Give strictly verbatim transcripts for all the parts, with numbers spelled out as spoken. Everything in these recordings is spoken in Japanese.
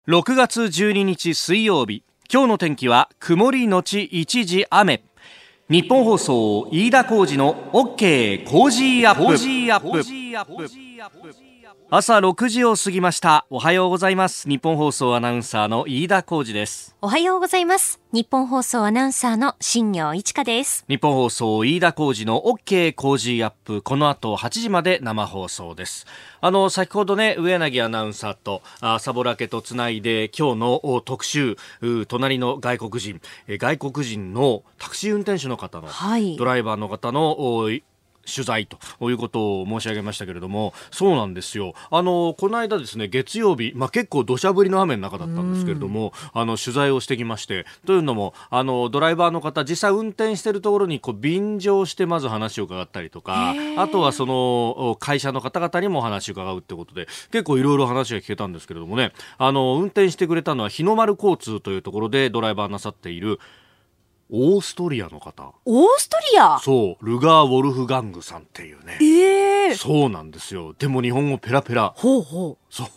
ろくがつじゅうににち水曜日、今日の天気は曇りのち一時雨。日本放送飯田浩司の OK コージーアップ。朝ろくじを過ぎました。おはようございます。日本放送アナウンサーの飯田浩司です。 おはようございます。日本放送アナウンサーの新業一華です。 日本放送飯田浩司の OK コージーアップ、この後はちじまで生放送です。あの先ほどね、上柳アナウンサーとサボラケとつないで、今日の特集、隣の外国人外国人のタクシー運転手の方の、はい、ドライバーの方の取材ということを申し上げましたけれども、そうなんですよ。あのこの間ですね、月曜日、まあ、結構土砂降りの雨の中だったんですけれども、あの取材をしてきまして、というのもあのドライバーの方、実際運転しているところにこう便乗してまず話を伺ったりとか、あとはその会社の方々にも話を伺うってことで、結構いろいろ話が聞けたんですけれどもね、あの運転してくれたのは日の丸交通というところでドライバーなさっているオーストリアの方。 オーストリア？ そう、ルガー・ウォルフガングさんっていうね、 えー、 そうなんですよ。でも日本語ペラペラ。 ほうほう。 そう、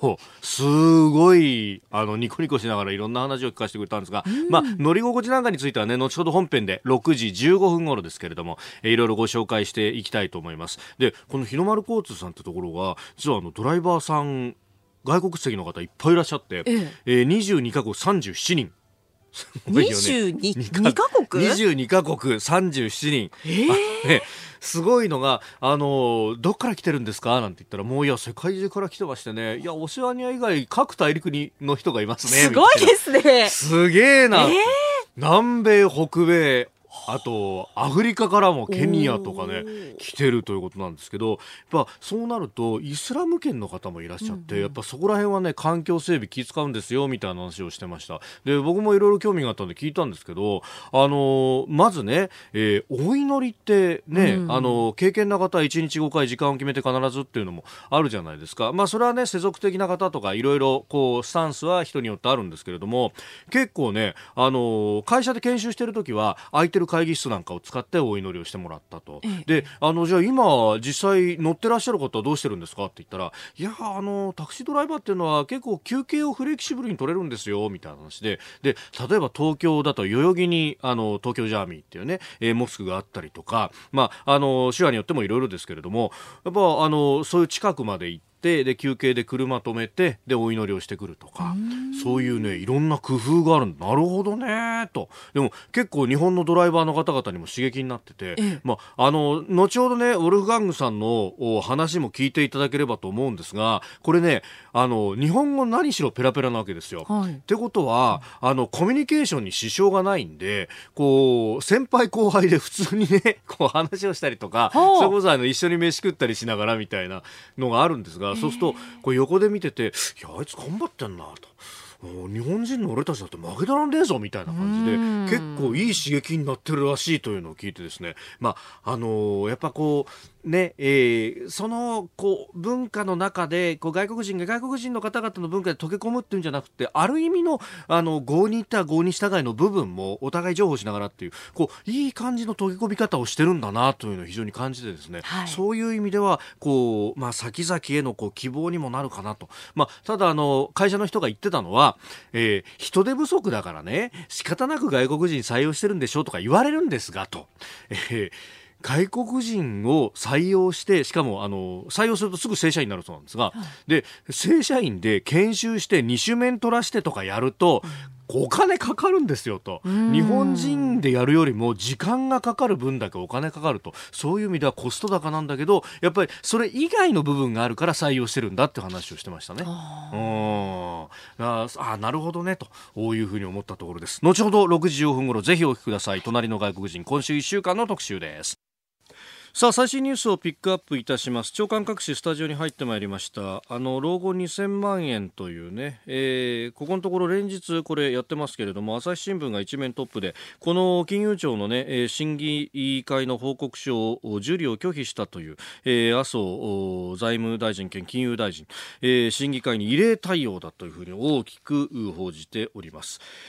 すごいあのニコニコしながらいろんな話を聞かせてくれたんですが、まあ、乗り心地なんかについてはね、後ほど本編でろくじじゅうごふん頃ですけれども、えいろいろご紹介していきたいと思います。で、この日の丸交通さんってところが、実はあのドライバーさん、外国籍の方いっぱいいらっしゃって、えええー、にじゅうにカ国さんじゅうななにん。すごいよね。 にじゅうにカ国 ? にじゅうにカ国さんじゅうななにん、 えーね、すごいのが、あのどっから来てるんですかなんて言ったら、もういや世界中から来てましてね、いやオセアニア以外各大陸にの人がいますね。 すごいですね。 すげえな、 えー、 南米北米、あとアフリカからもケニアとかね来てるということなんですけど、やっぱそうなるとイスラム圏の方もいらっしゃって、うんうん、やっぱそこら辺はね、環境整備気使うんですよみたいな話をしてました。で、僕もいろいろ興味があったんで聞いたんですけど、あのー、まずね、えー、お祈りってね、うん、あのー、経験な方はいちにちごかい時間を決めて必ずっていうのもあるじゃないですか。まあそれはね、世俗的な方とかいろいろこうスタンスは人によってあるんですけれども、結構ね、あのー、会社で研修してるときは空いてる会議室なんかを使ってお祈りをしてもらったと。で、あのじゃあ今実際乗ってらっしゃる方はどうしてるんですかって言ったら、いや、あのタクシードライバーっていうのは結構休憩をフレキシブルに取れるんですよみたいな話で、で例えば東京だと代々木にあの東京ジャーミーっていうね、えー、モスクがあったりとか、まああの手話によってもいろいろですけれども、やっぱあのそういう近くまで行ってで休憩で車止めてでお祈りをしてくるとか、そういうね、いろんな工夫があるんだ。なるほどねと。でも結構日本のドライバーの方々にも刺激になってて、ええ、まあ、あの後ほどねウォルフガングさんの話も聞いていただければと思うんですが、これね、あの日本語何しろペラペラなわけですよ、はい、ってことはあのコミュニケーションに支障がないんで、こう先輩後輩で普通にねこう話をしたりとか、それこそあの一緒に飯食ったりしながらみたいなのがあるんですが、そうするとこう横で見てて、いやあいつ頑張ってんなと、日本人の俺たちだって負けたらんねえぞみたいな感じで結構いい刺激になってるらしいというのを聞いてですね、まああのー、やっぱこうね、えー、そのこう文化の中でこう外国人が外国人の方々の文化で溶け込むっていうんじゃなくて、ある意味のあの郷に行った郷に従いの部分もお互い譲歩しながらっていう、こういい感じの溶け込み方をしてるんだなというのを非常に感じてですね、はい、そういう意味ではこう、まあ、先々へのこう希望にもなるかなと。まあ、ただあの会社の人が言ってたのは、えー、人手不足だからね仕方なく外国人採用してるんでしょとか言われるんですがと、えー外国人を採用して、しかもあの採用するとすぐ正社員になるそうなんですが、はい、で正社員で研修してに種免取らしてとかやると、うん、お金かかるんですよと。日本人でやるよりも時間がかかる分だけお金かかると。そういう意味ではコスト高なんだけど、やっぱりそれ以外の部分があるから採用してるんだって話をしてましたね。ああ、なるほどねというふうに思ったところです。後ほどろくじじゅうごふん頃ぜひお聞きください。隣の外国人、今週いっしゅうかんの特集です。さあ、最新ニュースをピックアップいたします。長官各紙スタジオに入ってまいりました。あの老後にせんまんえんというね、えー、ここのところ連日これやってますけれども、朝日新聞が一面トップでこの金融庁のね、えー、審議会の報告書を受理を拒否したという、えー、麻生財務大臣兼金融大臣、えー、審議会に異例対応だというふうに大きく報じております。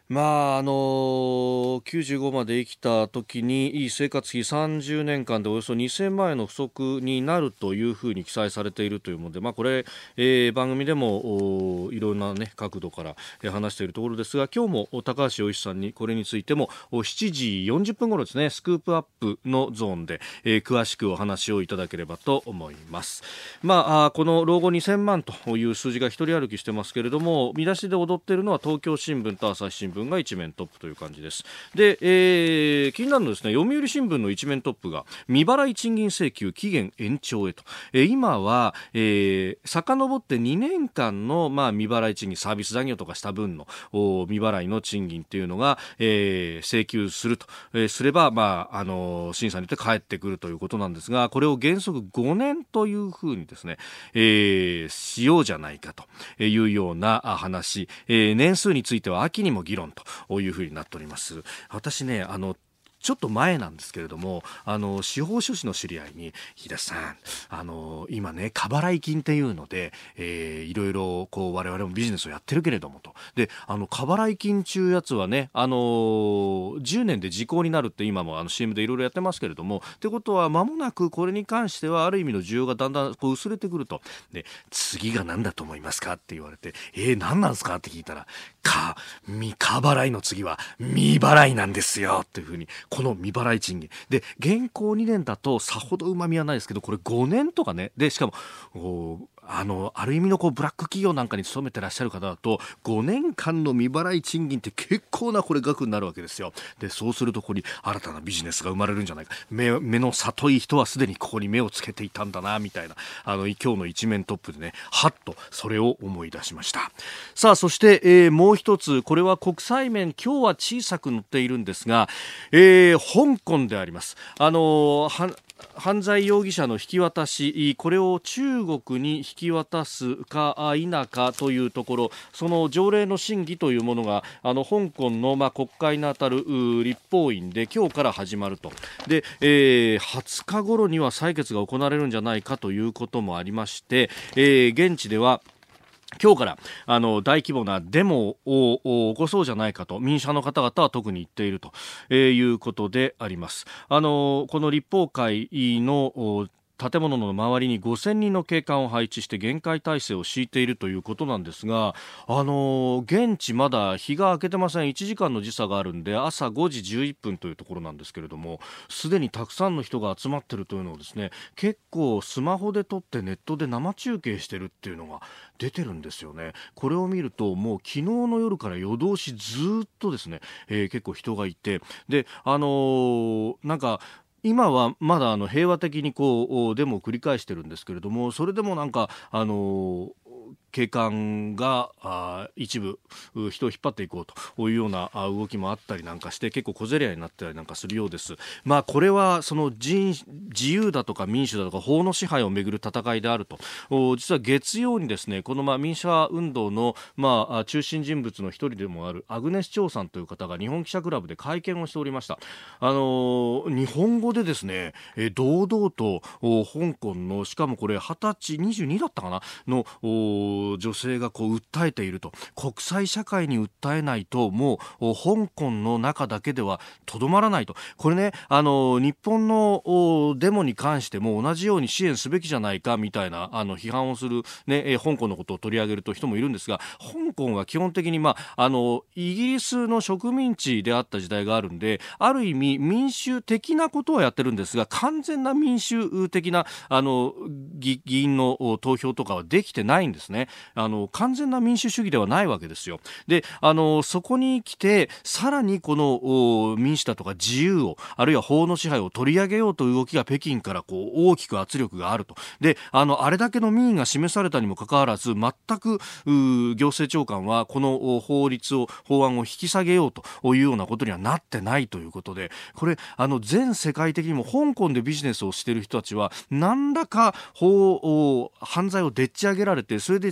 まああのきゅうじゅうごまで生きた時にいい生活費さんじゅうねんかんでおよそにせんまん円の不足になるというふうに記載されているというもので、まあ、これ、えー、番組でもいろんな、ね、角度から、えー、話しているところですが、今日も高橋洋一さんにこれについてもしちじよんじゅっぷん頃ですね、スクープアップのゾーンで、えー、詳しくお話をいただければと思います。まあ、あこの老後にせんまんという数字が一人歩きしてますけれども、見出しで踊っているのは東京新聞と朝日新聞が一面トップという感じです。で、えー、気になるのですね、読売新聞の一面トップが未払い賃金請求期限延長へと、えー、今は、えー、遡ってにねんかんの、まあ、未払い賃金、サービス残業とかした分の未払いの賃金というのが、えー、請求すると、えー、すれば、まあ、あの審査によって返ってくるということなんですが、これを原則ごねんというふうにですね、えー、しようじゃないかというような話、えー、年数については秋にも議論というふうになっております。私ね、あのちょっと前なんですけれども、あの司法書士の知り合いに、日田さん、あの今ね過払い金っていうので、えー、いろいろこう我々もビジネスをやってるけれどもと、であの過払い金中やつはね、あのじゅうねんで時効になるって今もあの シーエム でいろいろやってますけれども、ってことは間もなくこれに関してはある意味の需要がだんだんこう薄れてくると。で、次が何だと思いますかって言われて、えー、何なんですかって聞いたら、か未過払いの次は未払いなんですよっていうふうに、この未払い賃金で現行にねんだとさほどうまみはないですけど、これごねんとかね、でしかもあのある意味のこうブラック企業なんかに勤めてらっしゃる方だとごねんかんの未払い賃金って結構なこれ額になるわけですよ。でそうするとここに新たなビジネスが生まれるんじゃないか、 目, 目の里い人はすでにここに目をつけていたんだなみたいな、あの今日の一面トップでね、はっとそれを思い出しました。さあそして、えー、もう一つ、これは国際面、今日は小さく載っているんですが、えー、香港であります。あのー犯罪容疑者の引き渡し、これを中国に引き渡すか否かというところ、その条例の審議というものがあの香港の、まあ、国会にあたる立法院で今日から始まると。で、えー、はつか頃には採決が行われるんじゃないかということもありまして、えー、現地では今日からあの大規模なデモを起こそうじゃないかと民主派の方々は特に言っていると、えー、いうことであります。あのこの立法会の建物の周りにごせんにんの警官を配置して厳戒態勢を敷いているということなんですが、あの現地まだ日が明けてません。いちじかんの時差があるんで朝ごじじゅういっぷんというところなんですけれども、すでにたくさんの人が集まっているというのをですね、結構スマホで撮ってネットで生中継してるっていうのが出てるんですよね。これを見るともう昨日の夜から夜通しずっとですね、えー、結構人がいて、であのー、なんか今はまだあの平和的にこうデモを繰り返してるんですけれども、それでもなんかあの警官があ一部人を引っ張っていこうというような動きもあったりなんかして結構小競り合いになったりなんかするようです。まあこれはその人自由だとか民主だとか法の支配をめぐる戦いであると。実は月曜にですね、このまあ民主派運動のまあ中心人物の一人でもあるアグネス・チョウさんという方が日本記者クラブで会見をしておりました。あの日本語でですね、え堂々と香港のしかもこれはたちにじゅうにだったかなの女性がこう訴えていると。国際社会に訴えないともう香港の中だけではとどまらないと。これね、あの日本のデモに関しても同じように支援すべきじゃないかみたいなあの批判をする、ね、え香港のことを取り上げると人もいるんですが、香港は基本的に、まあ、あのイギリスの植民地であった時代があるんで、ある意味民主的なことをやってるんですが、完全な民主的なあの 議, 議員の投票とかはできてないんですね。あの完全な民主主義ではないわけですよ。で、あのそこに来てさらにこの民主だとか自由をあるいは法の支配を取り上げようという動きが北京からこう大きく圧力があると。で、あのあれだけの民意が示されたにもかかわらず全く行政長官はこの法律を法案を引き下げようというようなことにはなってないということで、これあの全世界的にも香港でビジネスをしている人たちは何らか法犯罪をでっち上げられて、それで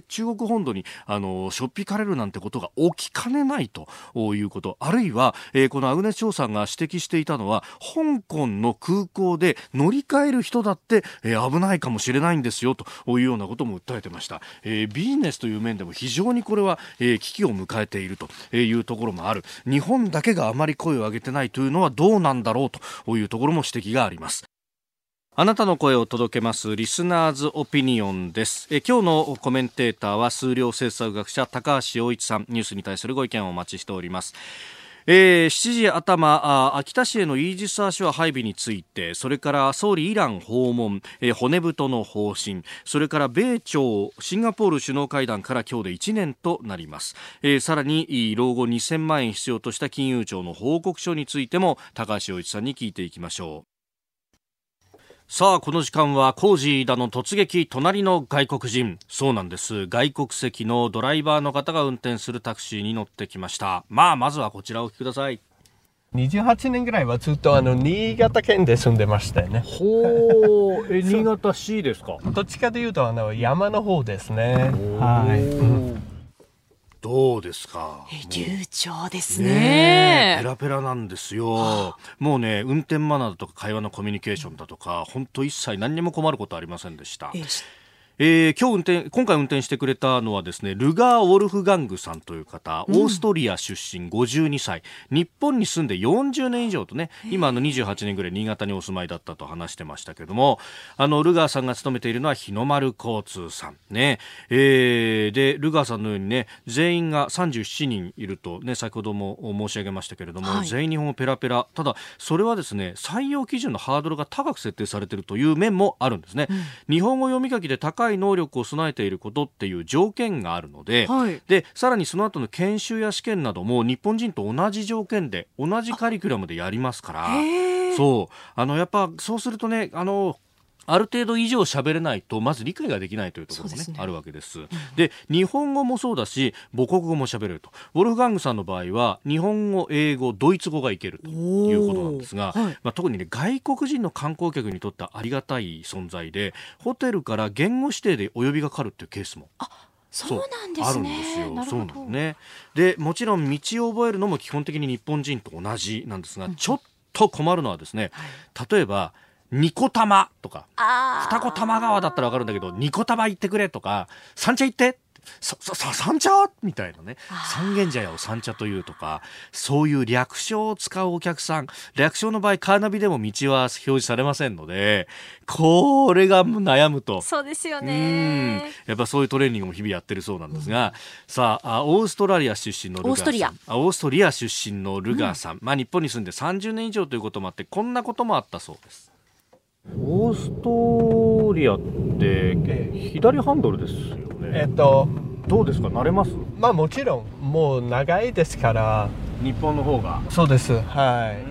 中国本土にあのしょっぴかれるなんてことが起きかねないということ、あるいは、えー、このアグネス・チョウさんが指摘していたのは、香港の空港で乗り換える人だって、えー、危ないかもしれないんですよというようなことも訴えてました。えー、ビジネスという面でも非常にこれは、えー、危機を迎えているというところもある。日本だけがあまり声を上げてないというのはどうなんだろうというところも指摘があります。あなたの声を届けますリスナーズオピニオンです。え今日のコメンテーターは数量政策学者高橋洋一さん、ニュースに対するご意見をお待ちしております。えー、しちじ頭、秋田市へのイージス・アショア配備について、それから総理イラン訪問、えー、骨太の方針、それから米朝シンガポール首脳会談から今日でいちねんとなります。えー、さらに老後にせんまんえん必要とした金融庁の報告書についても高橋洋一さんに聞いていきましょう。さあこの時間はコージーだの突撃隣の外国人、そうなんです、外国籍のドライバーの方が運転するタクシーに乗ってきました。まあまずはこちらをお聞きください。 にじゅうはちねんぐらいはずっとあの新潟県で住んでましたよね。 ほー、え新潟市ですか？ どっちかというとあの山の方ですね。はい、うん、 どうですか？ 流暢ですね。 ね。 ペラペラなんですよ。もうね、運転マナーだとか会話のコミュニケーションだとか本当一切何にも困ることありませんでした。ええー、今日運転今回運転してくれたのはですね、ルガー・ウォルフガングさんという方、オーストリア出身ごじゅうにさい、日本に住んでよんじゅうねん以上とね、今あのにじゅうはちねんぐらい新潟にお住まいだったと話してましたけども、あのルガーさんが勤めているのは日の丸交通さんね、えー、でルガーさんのようにね、全員がさんじゅうななにんいるとね、先ほども申し上げましたけれども、はい、全員日本語ペラペラ。ただそれはですね、採用基準のハードルが高く設定されているという面もあるんですね、うん、日本語読み書きで高い能力を備えていることっていう条件があるので、はい、でさらにその後の研修や試験なども日本人と同じ条件で同じカリキュラムでやりますから、そうあのやっぱそうするとね、あのある程度以上喋れないとまず理解ができないというところも、ねね、あるわけです、うん、で日本語もそうだし母国語も喋れると。ウォルフガングさんの場合は日本語、英語、ドイツ語がいけるということなんですが、はい、まあ、特に、ね、外国人の観光客にとってはありがたい存在で、ホテルから言語指定でお呼びがかかるっていうケースもあそうなんですね。あるんですよ。 そうなんですね。でもちろん道を覚えるのも基本的に日本人と同じなんですが、うん、ちょっと困るのはですね、はい、例えばニコタマとか二子玉川だったら分かるんだけど、ニコタマ行ってくれとか、三茶行ってささ三茶みたいなね、三軒茶屋を三茶というとか、そういう略称を使うお客さん、略称の場合カーナビでも道は表示されませんので、これが悩むと。 そうですよね。 うんやっぱそういうトレーニングも日々やってるそうなんですが、うん、さあオーストラリア出身のルガーさん、オーストリアあオーストリア出身のルガーさん、うん、まあ、日本に住んでさんじゅうねん以上ということもあってこんなこともあったそうです。オーストリアって左ハンドルですよね。 えっとどうですか、慣れます？ まあもちろんもう長いですから。 日本の方が。 そうです、はい、うん、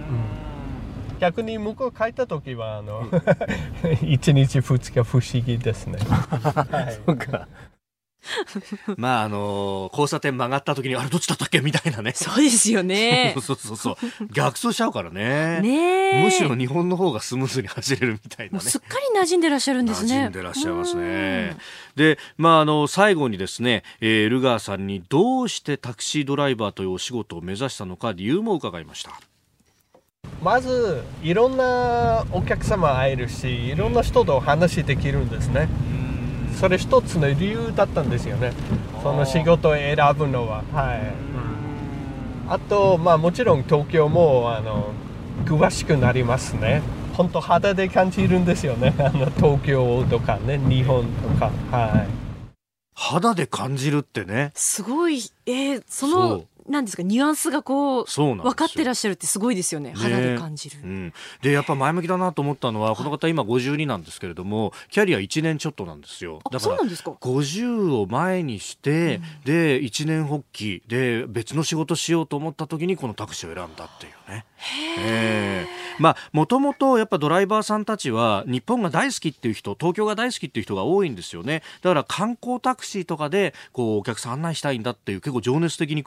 逆に向こう帰った時はあのいちにちふつか不思議ですね。はい、 そうかまああのー、交差点曲がった時にあれどっちだったっけみたいなね。 そうですよね。 そうそうそう逆走しちゃうからね。 ねむしろ日本の方がスムーズに走れるみたいなね。 もうすっかり馴染んでらっしゃるんですね。 馴染んでらっしゃいますね。で、まああの最後にですね、えー、ルガーさんにどうしてタクシードライバーというお仕事を目指したのか理由も伺いました。 まずいろんなお客様会えるし、いろんな人と話できるんですね。それ一つの理由だったんですよね、その仕事を選ぶのは。はい、うん、あと、まあ、もちろん東京もあの詳しくなりますね。本当肌で感じるんですよね、あの東京とかね、日本とか。はい、 肌で感じるってね、 すごい、えー、そのなんですか、ニュアンスがこう分かってらっしゃるってすごいですよね。肌で感じる、 ね、うん、でやっぱ前向きだなと思ったのは、はい、この方今ごじゅうになんですけれどもキャリアいちねんちょっとなんですよ。だからごじゅうを前にして、うん、でいちねん発起で別の仕事しようと思った時にこのタクシーを選んだっていうね。へー、まあもともとやっぱドライバーさんたちは日本が大好きっていう人、東京が大好きっていう人が多いんですよね。だから観光タクシーとかでこうお客さん案内したいんだっていう結構情熱的に来る方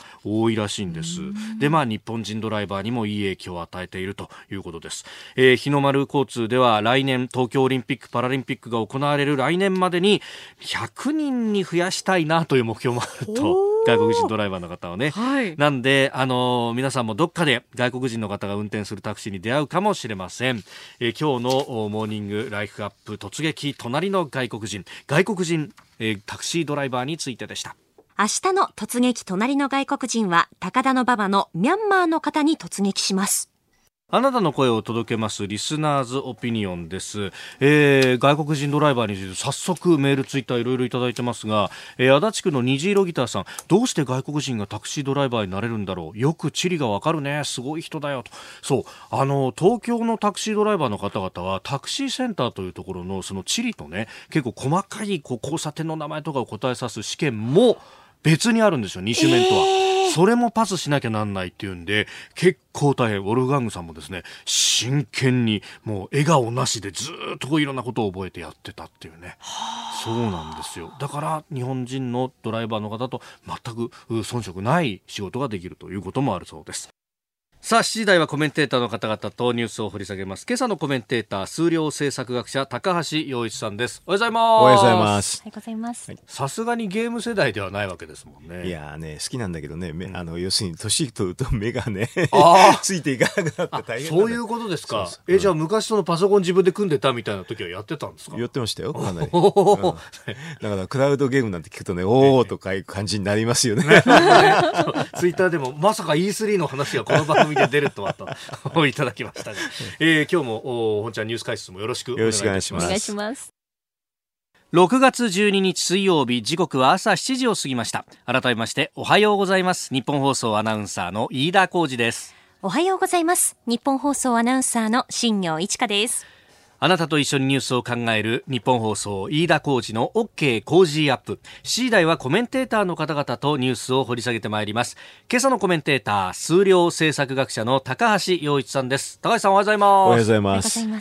多いらしいんです。で、まあ、日本人ドライバーにもいい影響を与えているということです。えー、日の丸交通では来年東京オリンピックパラリンピックが行われる来年までにひゃくにんに増やしたいなという目標もあると、外国人ドライバーの方はね、はい、なんで、あのー、皆さんもどっかで外国人の方が運転するタクシーに出会うかもしれません。えー、今日のモーニングライフアップ突撃隣の外国人外国人、えー、タクシードライバーについてでした。 明日の突撃隣の外国人は高田馬場のミャンマーの方に突撃します。 あなたの声を届けますリスナーズオピニオンです。えー、外国人ドライバーについて早速メールツイッターいろいろいただいてますが、えー、足立区の虹色ギターさん、どうして外国人がタクシードライバーになれるんだろう、よく地理がわかるね、すごい人だよと。そう、あの東京のタクシードライバーの方々はタクシーセンターというところのその地理とね、結構細かいこう交差点の名前とかを答えさす試験も別にあるんですよ、に種面とは、えー、それもパスしなきゃなんないっていうんで結構大変。ウォルフガングさんもですね、真剣にもう笑顔なしでずっといろんなことを覚えてやってたっていうね。そうなんですよ。だから日本人のドライバーの方と全く遜色ない仕事ができるということもあるそうです。さあ、しちじ台はコメンテーターの方々とニュースを掘り下げます。今朝のコメンテーター、数量政策学者高橋洋一さんです。おはようございます。 おはようございます。 おはようございます。 さすがにゲーム世代ではないわけですもんね。 いやーね、好きなんだけどね、うん、あの要するに年取ると目がねついていかなくなって大変なんだ。 そういうことですか。そうそう、えじゃあ昔そのパソコン自分で組んでたみたいな時はやってたんですか。 やってましたよ、かなり、うん、だからクラウドゲームなんて聞くとね、おーとかいう感じになりますよね。 ツイッターでもまさか イースリー の話がこの番組で出るとはといただきましたが、えー、今日も本ちゃんニュース解説もよろしくお願いいたします。 お願いします。 ろくがつじゅうににち水曜日、時刻は朝しちじを過ぎました。改めましておはようございます。日本放送アナウンサーの飯田浩司です。 おはようございます。日本放送アナウンサーの新業一華です。 あなたと一緒にニュースを考える日本放送飯田浩司の OK 工事アップ。しちじ台はコメンテーターの方々とニュースを掘り下げてまいります。今朝のコメンテーター、数量政策学者の高橋洋一さんです。高橋さん、おはようございます。 おはようございます。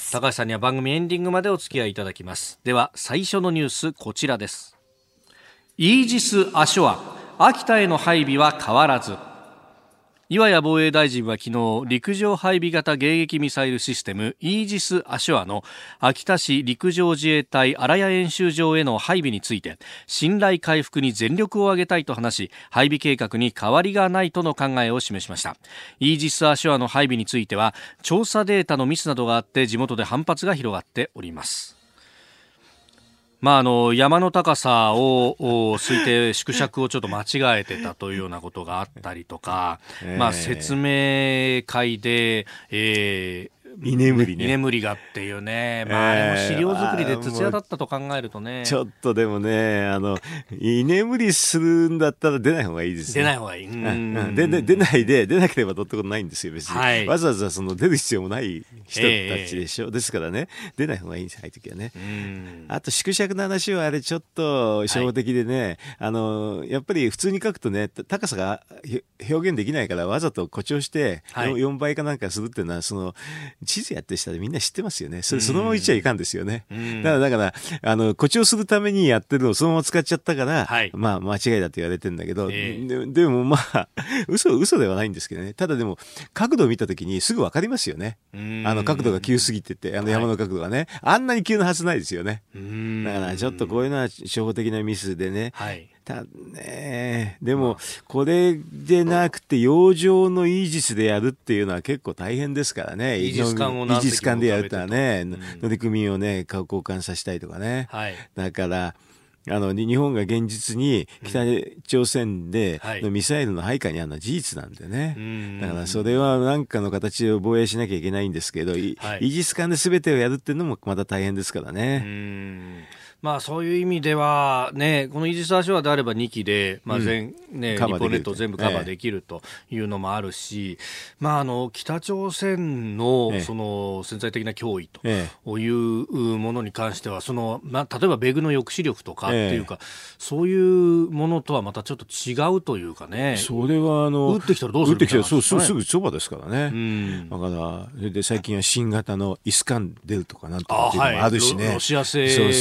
高橋さんには番組エンディングまでお付き合いいただきます。では最初のニュース、こちらです。イージス・アショア、秋田への配備は変わらず。岩谷防衛大臣は昨日、陸上配備型迎撃ミサイルシステムイージス・アショアの秋田市陸上自衛隊荒谷演習場への配備について、信頼回復に全力を挙げたいと話し、配備計画に変わりがないとの考えを示しました。イージス・アショアの配備については、調査データのミスなどがあって地元で反発が広がっております。まあ、あの山の高さを推定縮尺をちょっと間違えてたというようなことがあったりとか、えーまあ、説明会で、えー居眠りね。 居眠りがっていうね。まあ、あれも資料作りで徹夜だったと考えるとね。 ちょっとでもね、あの、居眠りするんだったら出ない方がいいですね。 出ない方がいい。うんうん、でで出ないで、出なければどうってことないんですよ、別に。はい、わざわざその出る必要もない人たちでしょ。えー、ですからね、出ない方がいいんです、ああいう時はね。うんあと、縮尺の話はあれちょっと初歩的でね、はい、あの、やっぱり普通に書くとね、高さが表現できないからわざと誇張して、はい、よんばいかなんかするっていうのは、その、地図やってる人でみんな知ってますよね。それそのまま言っちゃいかんですよね。だからだからあの誇張するためにやってるのをそのまま使っちゃったから、はい、まあ間違いだと言われてるんだけど、えー、で, でもまあ嘘嘘ではないんですけどね。ただでも角度を見たときにすぐ分かりますよね。あの角度が急すぎてて、あの山の角度がね、はい、あんなに急なはずないですよね。だからちょっとこういうのは初歩的なミスでね。はいたね、でもこれでなくて洋上のイージスでやるっていうのは結構大変ですからね。 イージス艦を何隻もイージス艦でやるとはね、うん、乗組員をね交換させたいとかね、はい、だからあの日本が現実に北朝鮮でのミサイルの配下にあるのは事実なんでね、はい、だからそれは何かの形を防衛しなきゃいけないんですけど、はい、イージス艦で全てをやるっていうのもまた大変ですからね。 うんまあ、そういう意味では、ね、このイージス・アショアであればにきで、まあ全うんね、日本列島全部カバーできるというのもあるし、ええまあ、あの北朝鮮 の, その潜在的な脅威というものに関してはその、まあ、例えば米軍の抑止力とかっていうか、ええ、そういうものとはまたちょっと違うというかね。 それはあの撃ってきたらどうするみたいな、ね、撃ってきたらそうすぐそばですからね、 うん、 だからで最近は新型のイスカンデルとかなんとかっていうのもあるしね、 はい、ロ, ロシア製を流用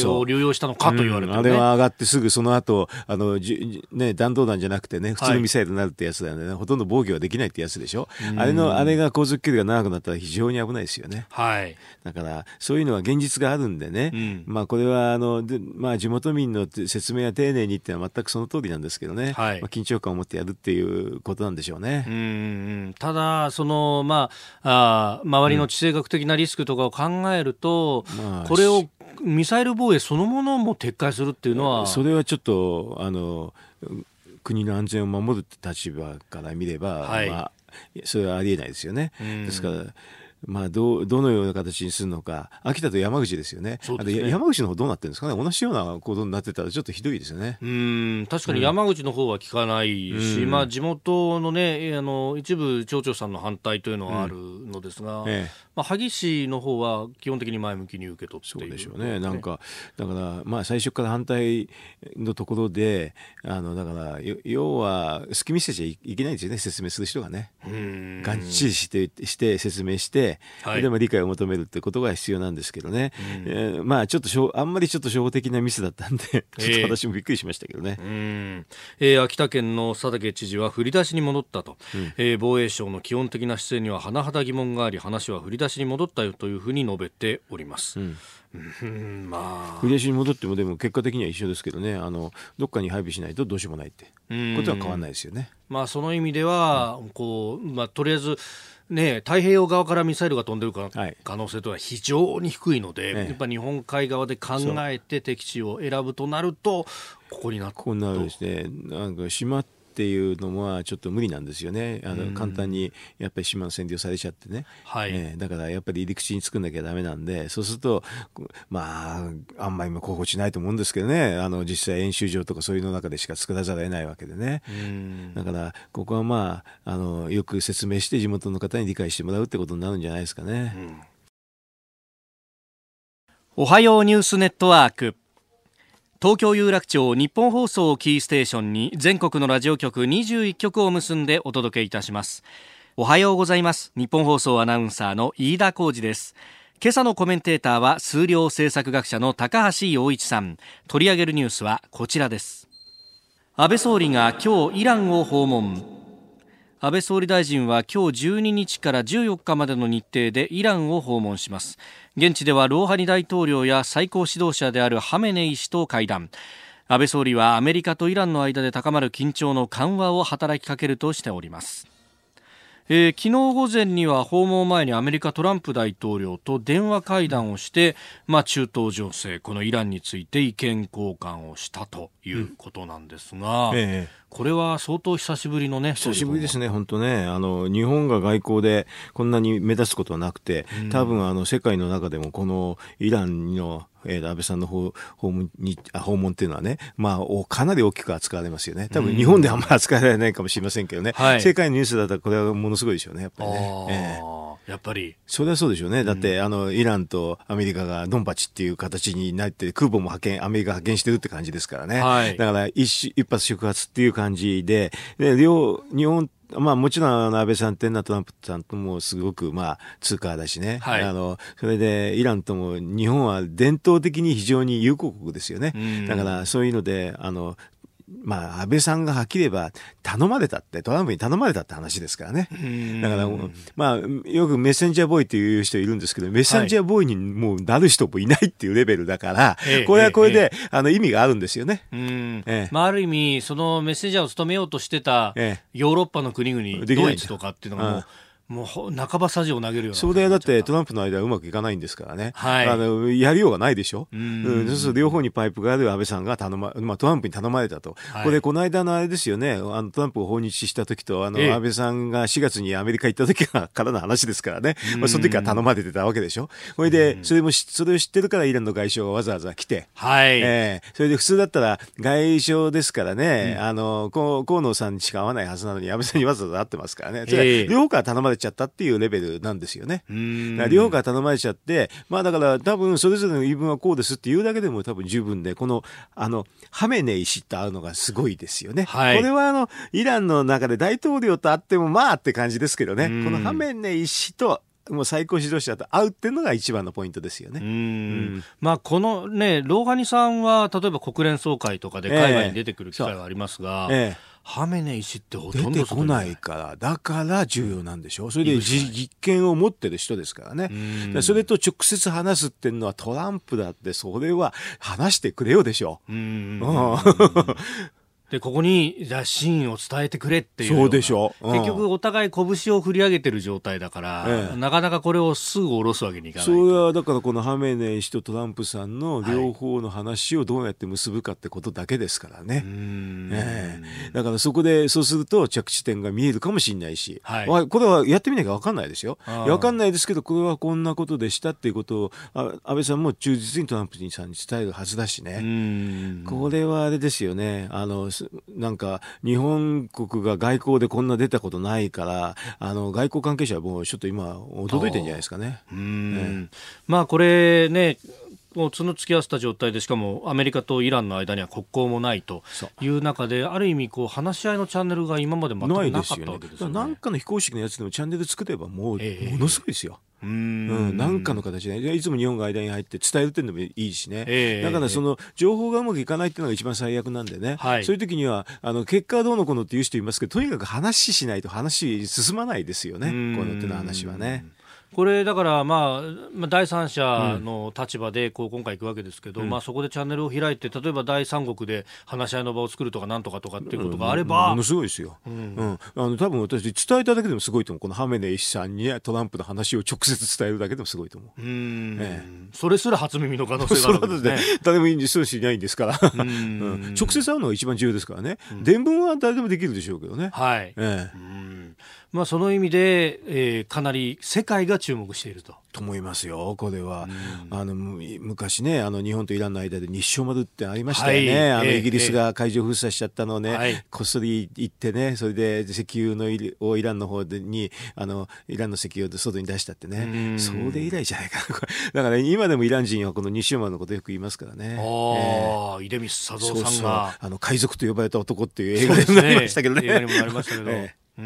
用したのかと言われて、ね、 うん、あれは上がってすぐその後あのじ、ね、弾道弾じゃなくてね普通のミサイルになるってやつだよね、はい、ほとんど防御はできないってやつでしょ。あれのあれが航続距離が長くなったら非常に危ないですよね、 はい、 だからそういうのは現実があるんでね、うん、まあ、これはあので、まあ、地元民の説明は丁寧にっていうのは全くその通りなんですけどね、はい、まあ、緊張感を持ってやるっていうことなんでしょうね。 うん、ただその、まあ、あ周りの地政学的なリスクとかを考えると、うん、まあ、これをミサイル防衛そのものも撤回するっていうのはそれはちょっとあの国の安全を守るって立場から見れば、はい、まあ、それはありえないですよね。ですからまあ、ど, どのような形にするのか。秋田と山口ですよね。そうですね。あと山口の方どうなってるんですかね。同じようなことになってたらちょっとひどいですよね。 うん、確かに山口の方は聞かないし、うん、まあ、地元のねあの一部町長さんの反対というのはあるのですが、うん、ええ、まあ、萩市の方は基本的に前向きに受け取っている。 そうでしょうね。なんかだからまあ最初から反対のところであのだから要は隙見せちゃいけないんですよね。説明する人がね。うん、がっちりしてして説明して。はい、でも理解を求めるってことが必要なんですけどね、うん、えー、まあちょっとしょあんまりちょっと初歩的なミスだったんでちょっと私もびっくりしましたけどね、 えーうんえー、秋田県の佐竹知事は振り出しに戻ったと、うん、えー、防衛省の基本的な姿勢には甚だ疑問があり話は振り出しに戻ったよというふうに述べております、うんうん、まあ、 振り出しに戻ってもでも結果的には一緒ですけどね、あのどっかに配備しないとどうしようもないってことは変わらないですよね。 まあ、その意味では、うん、こうまあ、とりあえずね、太平洋側からミサイルが飛んでるか、はい、可能性とは非常に低いので、ね、やっぱ日本海側で考えて敵地を選ぶとなるとここになってこうなるですね。なんか島っていうのはちょっと無理なんですよね。あの簡単にやっぱり島の占領されちゃってね、はい、えー、だからやっぱり入り口に作んなきゃダメなんで、そうするとまああんまり心地ないと思うんですけどね、あの実際演習場とかそういうの中でしか作らざるを得ないわけでね。うん、だからここはまあ、あのよく説明して地元の方に理解してもらうってことになるんじゃないですかね。うん、 おはようニュースネットワーク、東京有楽町日本放送をキーステーションに全国のラジオ局にじゅういっきょくを結んでお届けいたします。おはようございます。日本放送アナウンサーの飯田浩司です。今朝のコメンテーターは数量政策学者の高橋洋一さん。取り上げるニュースはこちらです。安倍総理が今日イランを訪問。安倍総理大臣は今日じゅうににちからじゅうよっかまでの日程でイランを訪問します。現地ではローハニ大統領や最高指導者であるハメネイ師と会談。安倍総理はアメリカとイランの間で高まる緊張の緩和を働きかけるとしております。えー、昨日午前には訪問前にアメリカトランプ大統領と電話会談をして、まあ、中東情勢このイランについて意見交換をしたということなんですが、うん、ええ、これは相当久しぶりのね。 久しぶりですね。本当ね、あの日本が外交でこんなに目立つことはなくて、多分あの世界の中でもこのイランのえー、安倍さんの訪問にあ訪問っていうのはね、まあ、かなり大きく扱われますよね。多分日本ではあんまり扱われないかもしれませんけどね、はい、世界のニュースだったらこれはものすごいでしょうね、やっぱりね。えー、やっぱりそれはそうでしょうね。だって、うん、あのイランとアメリカがドンパチっていう形になって空母も派遣アメリカ派遣してるって感じですからね、はい、だから一一発触発っていう感じで、で両日本まあもちろん安倍さんってトランプさんともすごくまあ通貨だしね、はい、あのそれでイランとも日本は伝統的に非常に友好国ですよね。だからそういうのであのまあ、安倍さんがはっきり言えば頼まれたってトランプに頼まれたって話ですからね。だから、まあ、よくメッセンジャーボーイっていう人いるんですけど、メッセンジャーボーイにもうなる人もいないっていうレベルだから、はい、これはこれで、ええ、あの意味があるんですよね。 うん、ええ、まあ、ある意味そのメッセンジャーを務めようとしてたヨーロッパの国々、ドイツとかっていうのがもうもう半ばさじを投げるような。 それでだってトランプの間はうまくいかないんですからね。はい。あの、やりようがないでしょ。うん。うん、そうすると両方にパイプがある安倍さんが頼ま、まあトランプに頼まれたと。はい、これこの間のあれですよね。あのトランプを訪日した時と、あの、ええ、安倍さんがしがつにアメリカ行った時からの話ですからね。まあその時から頼まれてたわけでしょ。それで、それも、それを知ってるからイランの外相がわざわざ来て。はい。ええー、それで普通だったら外相ですからね、うん、あの、河野さんにしか会わないはずなのに安倍さんにわざわざ会ってますからね。それ両方から頼まれちゃったっていうレベルなんですよね。両方から頼まれちゃって、まあだから多分それぞれの言い分はこうですっていうだけでも多分十分で、このあのハメネイ師と会うのがすごいですよね。はい、これはあのイランの中で大統領と会ってもまあって感じですけどね。このハメネイ師ともう最高指導者と会うっていうのが一番のポイントですよね。うん、 うん、まあ、このねローハニさんは例えば国連総会とかで海外に出てくる機会はありますが、えーえー、ハメネイ師ってほとんど出てこないからだから重要なんでしょ。それで実権を持ってる人ですからね。らそれと直接話すっていうのはトランプだってそれは話してくれよでしょ。うん、うんでここにじゃあ真を伝えてくれっていうそうでしょ、 うん、結局お互い拳を振り上げてる状態だから、ええ、なかなかこれをすぐ下ろすわけにいかない。 それはだからこのハメネイ師とトランプさんの両方の話をどうやって結ぶかってことだけですからね、はい、うーん、ええ、だからそこでそうすると着地点が見えるかもしれないし、はい、これはやってみなきゃ分かんないですよ。分かんないですけどこれはこんなことでしたっていうことを安倍さんも忠実にトランプさんに伝えるはずだしね。うーん、これはあれですよね。あのなんか日本国が外交でこんな出たことないからあの外交関係者はもうちょっと今驚いてるんじゃないですかね。 うーん、ね、まあこれねもう角突き合わせた状態でしかもアメリカとイランの間には国交もないという中である意味こう話し合いのチャンネルが今まで全くなかったわけですよね。ないですよね。 なんかの非公式のやつでもチャンネル作ればもう、えー、ものすごいですよ。うーん、うん、なんかの形でいつも日本が間に入って伝えるっていうのもいいしね、えー、だからその情報がうまくいかないっていうのが一番最悪なんでね、はい、そういう時にはあの結果はどうのこうのっていう人いますけどとにかく話しないと話進まないですよね。この手の話はね。 これだから、まあ、第三者の立場でこう今回行くわけですけど、うんまあ、そこでチャンネルを開いて例えば第三国で話し合いの場を作るとかなんとかとかっていうことがあれば、 うん、ものすごいですよ、うんうん、あの多分私伝えただけでもすごいと思う。このハメネイ師さんにトランプの話を直接伝えるだけでもすごいと思う。うーん、ええ、 それすら初耳の可能性があるわけですね。 誰もいいんですしないんですからうん、うん、直接会うのが一番重要ですからね、うん、伝聞は誰でもできるでしょうけどね。はい、ええ、うん、 まあ、その意味で、えー、かなり世界が注目しているとと思いますよ。これは、うん、あの昔ねあの日本とイランの間で日照丸ってありましたよね、はい、あのイギリスが海上封鎖しちゃったのをね、はい、こっそり行ってねそれで石油のをイランの方でにあのイランの石油を外に出したってね、うん、それ以来じゃないかな。だから、ね、今でもイラン人はこの日照丸のことよく言いますからね。 あ、えー、出光佐三さんがそうそうあの海賊と呼ばれた男っていう映画でもありましたけどね。 映画にもなりましたけど、えーうん、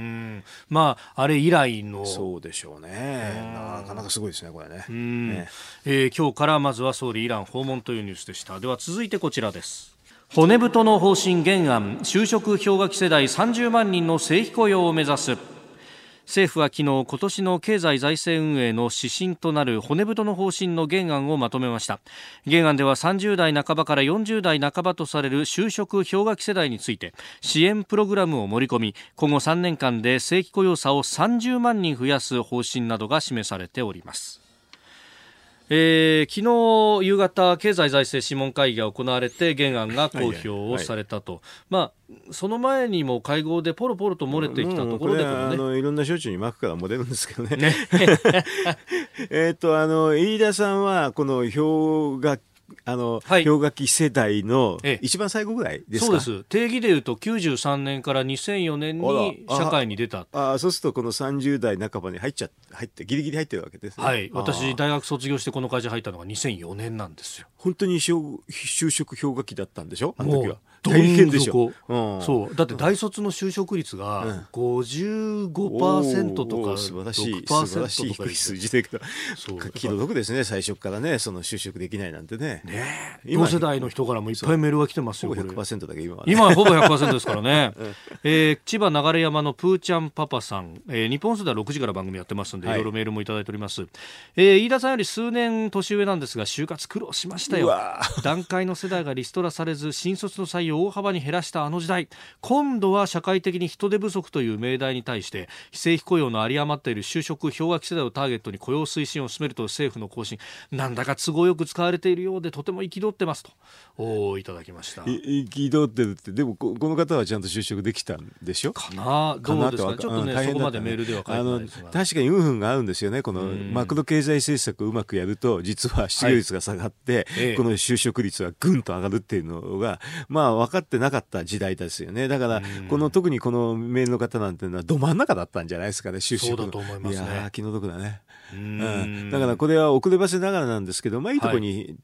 まああれ以来のそうでしょうね。なかなかすごいですねこれね。うん、 ねえー、今日からまずは総理イラン訪問というニュースでした。では続いてこちらです。骨太の方針原案就職氷河期世代さんじゅうまんにんの正規雇用を目指す。政府は昨日今年の経済財政運営の指針となる骨太の方針の原案をまとめました。原案ではさんじゅう代半ばからよんじゅう代半ばとされる就職氷河期世代について支援プログラムを盛り込み今後さんねんかんで正規雇用者をさんじゅうまんにん増やす方針などが示されております。えー、昨日夕方経済財政諮問会議が行われて原案が公表をされたと、はいはいはい、まあ、その前にも会合でポロポロと漏れてきたところでもね、 あのいろんな焼酎に巻くから漏れるんですけどね。ねえっとあの飯田さんはこの氷河あの、はい、氷河期世代の一番最後ぐらいですか。 そうです。定義でいうときゅうじゅうさんねんからにせんよねんに社会に出た。 ああ、そうするとこのさんじゅう代半ばに入っちゃ入ってギリギリ入ってるわけですね。 はい。私大学卒業してこの会社入ったのがにせんよねんなんですよ。 本当に就職氷河期だったんでしょあの時は。大変でしょ。 うん、そうだって大卒の就職率が ごじゅうごパーセント とか素晴らしい素晴らしい低い数字だけど気の毒ですね。最初からねその就職できないなんてね。 ねえ同世代の人からもいっぱいメールが来てますよ。 ほぼ ひゃくパーセント だけ今は、 ね、今はほぼ ひゃくパーセント ですからね、えー、千葉流山のプーちゃんパパさん、えー、日本数ではろくじから番組やってますので、はい、いろいろメールもいただいております、えー、飯田さんより数年年上なんですが就活苦労しましたよ。団塊の世代がリストラされず新卒の採用を大幅に減らしたあの時代、今度は社会的に人手不足という命題に対して非正規雇用の有り余っている就職氷河期世代をターゲットに雇用推進を進めると政府の方針なんだか都合よく使われているようでとても憤ってますとおいただきました。 憤ってるってでも こ, この方はちゃんと就職できたんでしょかな。どうですかちょっとね、うん、そこまでメールでは書いてないですが確かに運々が合うんですよね。このマクロ経済政策をうまくやると実は失業率が下がって、はい、この就職率がぐんと上がるっていうのがまあ分かってなかった時代ですよね。だからこの特にこのメールの方なんていうのはど真ん中だったんじゃないですかね。就職のそうだと思いますね。 いや気の毒だね。うん、だからこれは遅ればせながらなんですけど、まあ、いいところに、はい、あの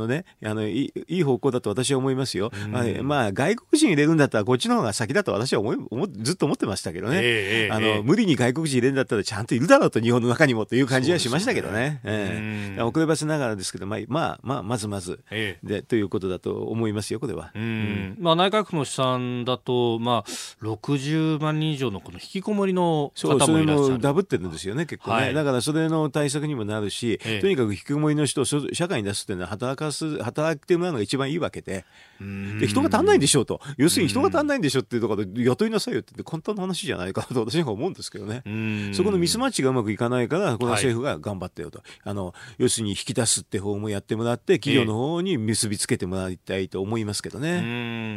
のね、あのいい、いい方向だと私は思いますよ。まあ、まあ、外国人入れるんだったらこっちの方が先だと私は思い思ずっと思ってましたけどね、えー、あの、えー、無理に外国人入れるんだったらちゃんといるだろうと、日本の中にもという感じはしましたけどね。えー、遅ればせながらですけど、まあ、まあ、まあ、まずまずで、えー、ということだと思いますよ、これは。 うん、まあ、内閣府の試算だと、まあ、ろくじゅうまんにん以上のこの引きこもりの方もいらっしゃる。そう、それもダブってるんですよね、結構ね、はい、だからそれの対策にもなるし、えー、とにかく引きこもりの人を社会に出すっていうのは働かす、働いてもらうのが一番いいわけで、で人が足んないんでしょうと、要するに人が足んないんでしょっていうところで雇いなさいよって言って簡単な話じゃないかなと私は思うんですけどね。そこのミスマッチがうまくいかないからこの政府が頑張ってよと、はい、あの要するに引き出すって方もやってもらって企業の方に結びつけてもらいたいと思いますけどね。 うん、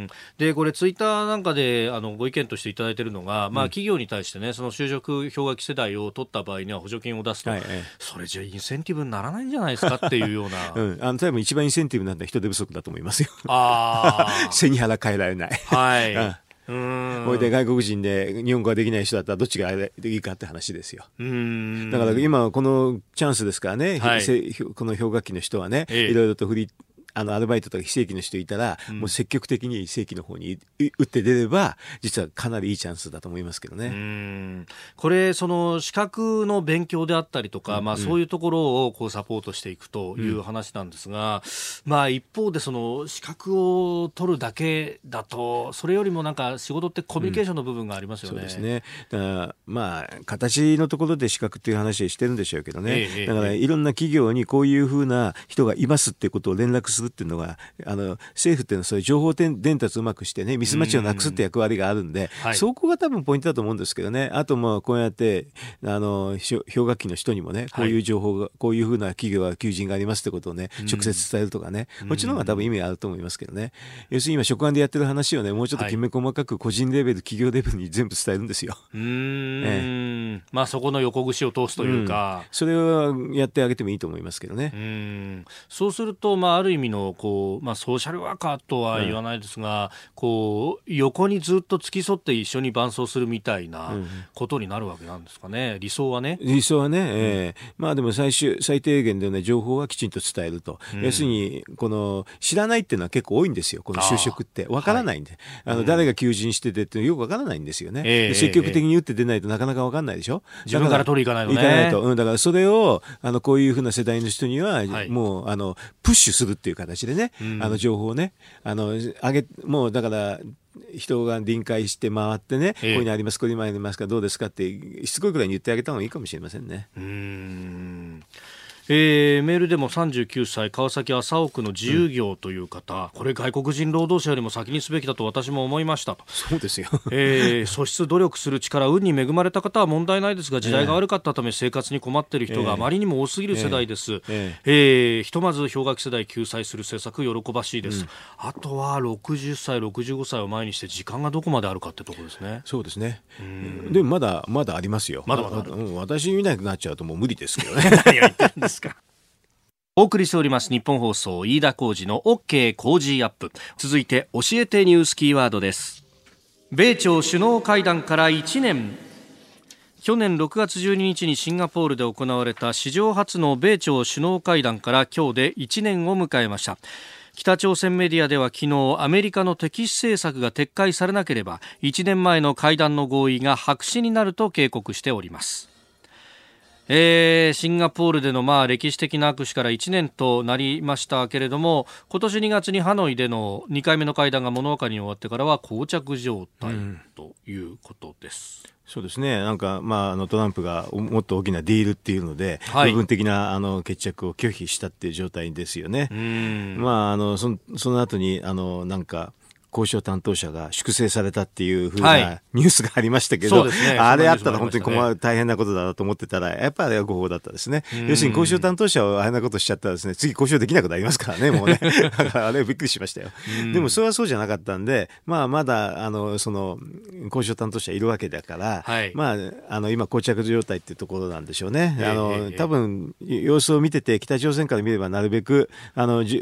でこれツイッターなんかであのご意見としていただいているのが、まあ、企業に対してね、その就職氷河期世代を取った場合には補助金を出すと、はい、それじゃインセンティブにならないんじゃないですかっていうような、 うん、あの多分一番インセンティブなんだ人手不足だと思いますよ。あ背に腹変えられない、はい、うんこれで外国人で日本語ができない人だったらどっちがいいかって話ですよ。うーんだから今このチャンスですからね、はい、この氷河期の人はね、ええ、いろいろと振りあのアルバイトとか非正規の人いたら、うん、もう積極的に正規の方に打って出れば実はかなりいいチャンスだと思いますけどね。うーんこれその資格の勉強であったりとか、うんまあ、そういうところをこうサポートしていくという話なんですが、うんまあ、一方でその資格を取るだけだとそれよりもなんか仕事ってコミュニケーションの部分がありますよね。 うん、そうですね。だからまあ形のところで資格っていう話してるんでしょうけどね、ええ、だからいろんな企業にこういうふうな人がいますっていうことを連絡するっていうのがあの政府っていうのはそういう情報伝達をうまくしてねミスマッチをなくすって役割があるんで、はい、そこが多分ポイントだと思うんですけどね。あともうこうやってあの氷河期の人にもねこういう情報が、はい、こういうふうな企業は求人がありますってことをね直接伝えるとかねこっちの方が多分意味があると思いますけどね。要するに今職案でやってる話をねもうちょっときめ細かく個人レベル、はい、企業レベルに全部伝えるんですよ。うーん、 ええ、まあそこの横串を通すというか、 うん、それはやってあげてもいいと思いますけどね。 うーんそうすると、まあ、ある意味のこう、まあ、ソーシャルワーカーとは言わないですが、うん、こう横にずっと付き添って一緒に伴走するみたいなことになるわけなんですかね、理想はね。 理想はね、えーまあ、でも最終最低限で、ね、情報はきちんと伝えると、うん、要するにこの知らないっていうのは結構多いんですよ。この就職ってわからないんで、はい、あの誰が求人しててってよくわからないんですよね、えー、積極的に打って出ないとなかなかわかんないでしょ。 自分から取りに行かないのね。 行かないと、うん、だからそれをあのこういうふうな世代の人には、はい、もうあのプッシュするっていう形でね、うん、あの情報をねあの上げもうだから人が臨界して回ってね、ええ、こういうのありますこういうのありますかどうですかってしつこいくらいに言ってあげた方がいいかもしれませんね。 うーんえー、メールでもさんじゅうきゅうさい川崎麻生区の自由業という方、うん、これ外国人労働者よりも先にすべきだと私も思いましたと。 そうですよ、 えー、素質努力する力運に恵まれた方は問題ないですが時代が悪かったため生活に困っている人があまりにも多すぎる世代です、えーえーえー、ひとまず氷河期世代救済する政策喜ばしいです、うん、あとはろくじゅっさいろくじゅうごさいを前にして時間がどこまであるかってところですね。 そうですね。うんでもまだまだありますよ。 まだまだある、 うん、私見なくなっちゃうともう無理ですけどね。 何を言ってるんですか。お送りしております日本放送飯田浩司の OK 工事アップ。続いて教えてニュースキーワードです。米朝首脳会談からいちねん。去年ろくがつじゅうににちにシンガポールで行われた史上初の米朝首脳会談から今日でいちねんを迎えました。北朝鮮メディアでは昨日アメリカの敵視政策が撤回されなければいちねんまえの会談の合意が白紙になると警告しております。えー、シンガポールでのまあ歴史的な握手からいちねんとなりましたけれども今年にがつにハノイでのにかいめの会談が物分かりに終わってからは膠着状態ということです、うんそうですね。なんか、まあ、あのトランプがもっと大きなディールっていうので、はい、部分的なあの決着を拒否したっていう状態ですよね。うんまあ、あのその、その後にあのなんか交渉担当者が粛清されたっていう風なニュースがありましたけど、はいね、あれあったら本当に困る大変なことだなと思ってたらやっぱりあれは誤報だったですね。要するに交渉担当者をあれなことしちゃったらですね次交渉できなくなりますからねもうねだからあれびっくりしましたよ。でもそれはそうじゃなかったんでまあまだあのその交渉担当者いるわけだから、はい、まああの今膠着状態っていうところなんでしょうね。あの多分様子を見てて北朝鮮から見ればなるべくあのじ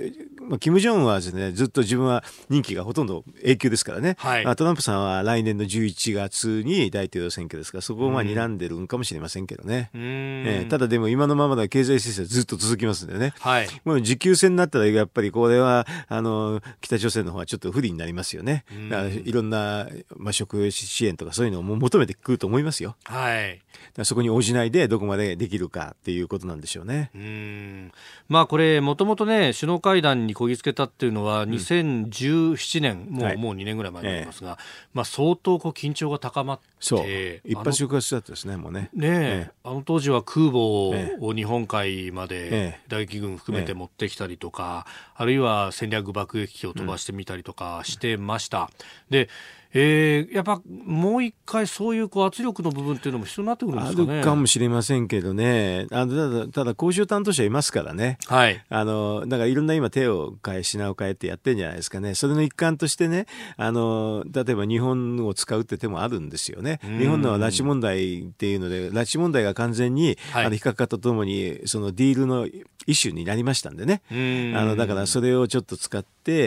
まあ、キム・ジョンウンはですね、ずっと自分は任期がほとんど永久ですからね、はい、まあ、トランプさんは来年のじゅういちがつに大統領選挙ですから、そこをまあ睨んでるんかもしれませんけどね、うん、えー、ただでも今のままで経済制裁ずっと続きますんでね、はい、もう持久戦になったらやっぱりこれはあの北朝鮮の方はちょっと不利になりますよね。だからいろんな、まあ、食支援とかそういうのを求めてくると思いますよ。はい、だからそこに応じないでどこまでできるかっていうことなんでしょうね。 うーん、まあ、これもともとね首脳会談にこぎつけたっていうのはにせんじゅうななねん、うん、もう、はい、もうにねんぐらい前になりますが、ええ、まあ、相当こう緊張が高まって、 そう一発触発だったですね、もうね。 ねえ、ええ、あの当時は空母を日本海まで打撃軍含めて持ってきたりとか、ええ、あるいは戦略爆撃機を飛ばしてみたりとかしてました、うん、でえー、やっぱもう一回そういう、こう圧力の部分っていうのも必要になってくるんですかね。 あるかもしれませんけどね、あのただ、ただ交渉担当者いますからね、はい、あのだからいろんな今手を変え品を変えてやってるんじゃないですかね。それの一環としてね、あの例えば日本を使うって手もあるんですよね。日本の拉致問題っていうので、拉致問題が完全に、はい、あの非核化とともにそのディールのイシューになりましたんでね、あのだからそれをちょっと使って、